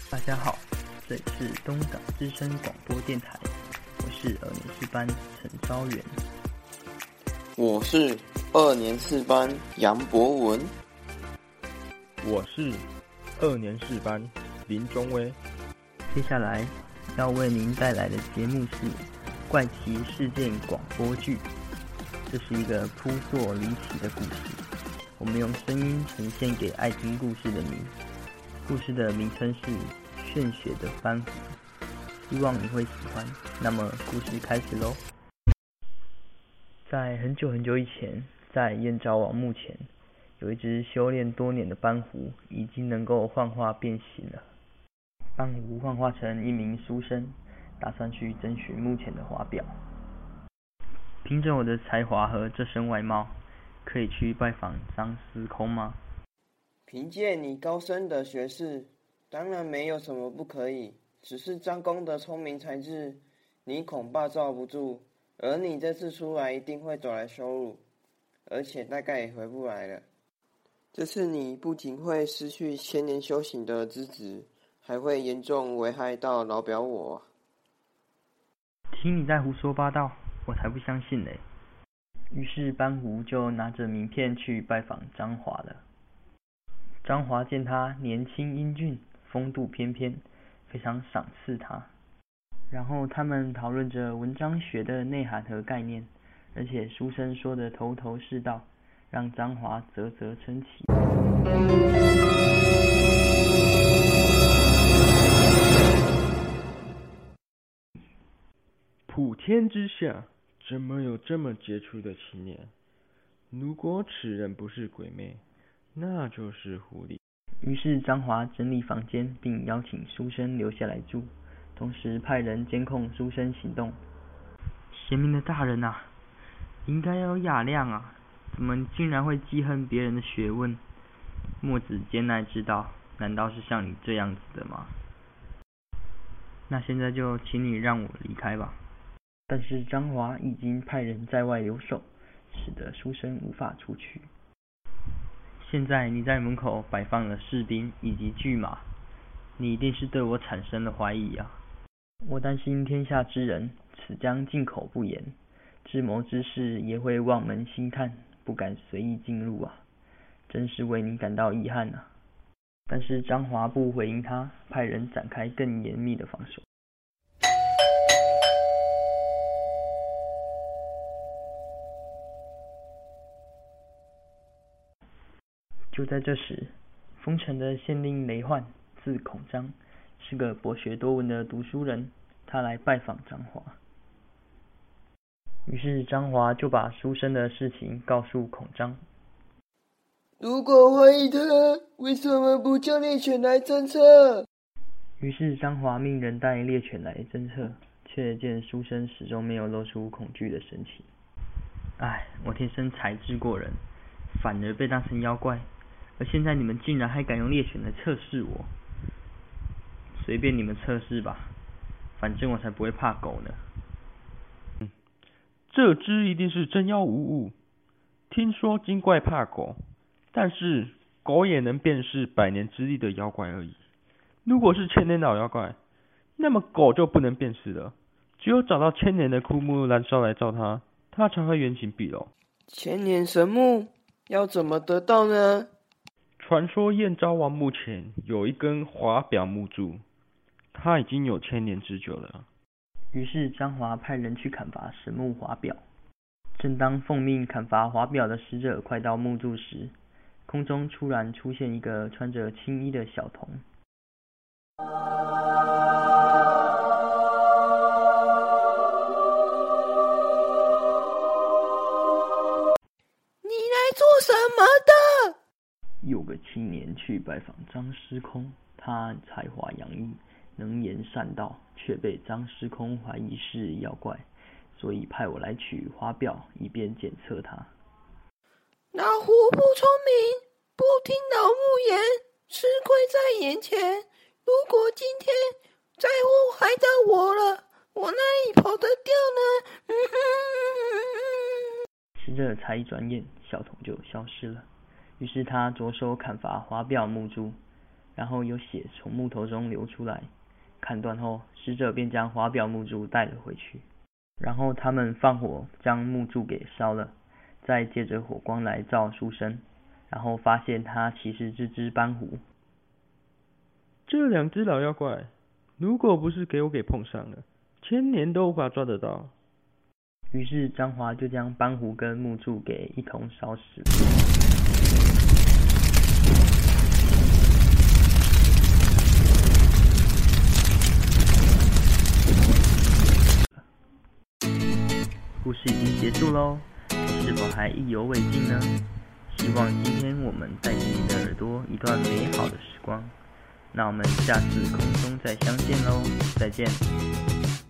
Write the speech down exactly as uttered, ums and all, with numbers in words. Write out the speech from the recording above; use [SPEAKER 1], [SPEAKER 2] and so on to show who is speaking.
[SPEAKER 1] 大家好，这里是东港之声广播电台，我是二年四班陈昭元。
[SPEAKER 2] 我是二年四班杨博文。
[SPEAKER 3] 我是二年四班林中威。
[SPEAKER 1] 接下来要为您带来的节目是怪奇事件广播剧，这是一个扑朔离奇的故事，我们用声音呈现给爱听故事的你。故事的名称是献血的斑虎，希望你会喜欢。那么故事开始咯。在很久很久以前，在燕昭王墓前，有一只修炼多年的斑虎，已经能够幻化变形了。斑虎幻化成一名书生，打算去征询墓前的华表。凭着我的才华和这身外貌，可以去拜访张司空吗？
[SPEAKER 2] 凭借你高深的学识，当然没有什么不可以。只是张公的聪明才智，你恐怕罩不住。而你这次出来，一定会走来羞辱，而且大概也回不来了。这次你不仅会失去千年修行的资质，还会严重危害到老表我。
[SPEAKER 1] 听你在胡说八道，我才不相信嘞。于是斑虎就拿着名片去拜访张华了。张华见他年轻英俊，风度翩翩，非常赏赐他。然后他们讨论着文章学的内涵和概念，而且书生说的头头是道，让张华啧啧称奇。
[SPEAKER 3] 普天之下，怎么有这么杰出的青年？如果此人不是鬼魅，那就是狐狸。
[SPEAKER 1] 于是张华整理房间，并邀请书生留下来住，同时派人监控书生行动。贤明的大人啊，应该要有雅量啊，怎么竟然会记恨别人的学问？墨子兼爱之道，难道是像你这样子的吗？那现在就请你让我离开吧。但是张华已经派人在外留守，使得书生无法出去。现在你在门口摆放了士兵以及巨马，你一定是对我产生了怀疑啊！我担心天下之人，此将进口不言，智谋之士也会望门兴叹，不敢随意进入啊！真是为你感到遗憾啊！但是张华不回应他，派人展开更严密的防守。就在这时，丰城的县令雷焕，字孔章，是个博学多闻的读书人，他来拜访张华。于是张华就把书生的事情告诉孔章。
[SPEAKER 2] 如果怀疑他，为什么不叫猎犬来侦测？
[SPEAKER 1] 于是张华命人带猎犬来侦测，却见书生始终没有露出恐惧的神情。唉，我天生才智过人，反而被当成妖怪。而现在你们竟然还敢用猎犬来测试我，随便你们测试吧，反正我才不会怕狗呢。
[SPEAKER 3] 嗯，这只一定是真妖无误。听说精怪怕狗，但是狗也能辨识百年之力的妖怪而已。如果是千年老妖怪，那么狗就不能辨识了，只有找到千年的枯木燃烧来照它，它才会原形毕露。
[SPEAKER 2] 千年神木要怎么得到呢？
[SPEAKER 3] 传说燕昭王墓前有一根华表木柱，它已经有千年之久了。
[SPEAKER 1] 于是张华派人去砍伐神木华表。正当奉命砍伐华表的使者快到墓柱时，空中突然出现一个穿着青衣的小童。
[SPEAKER 2] 你来做什么的？
[SPEAKER 1] 有个青年去拜访张司空，他才华洋溢，能言善道，却被张司空怀疑是妖怪，所以派我来取华表，以便检测他。
[SPEAKER 2] 老胡不聪明，不听老木言，吃亏在眼前。如果今天再祸害到我了，我哪里跑得掉呢？嗯哼嗯哼。
[SPEAKER 1] 使者才一转眼，小童就消失了。于是他着手砍伐华表木柱， 然后有血从木头中流出来。砍断后，使者便将华表木柱带了回去。然后他们放火将木柱给烧了，再借着火光来照书生，然后发现它其实是只斑狐。
[SPEAKER 3] 这两只老妖怪，如果不是给我给碰上了，千年都无法抓得到。
[SPEAKER 1] 于是张华就将斑狐跟木柱给一同烧死了。故事已经结束喽，你是否还意犹未尽呢？希望今天我们带给你的耳朵一段美好的时光。那我们下次空中再相见喽，再见。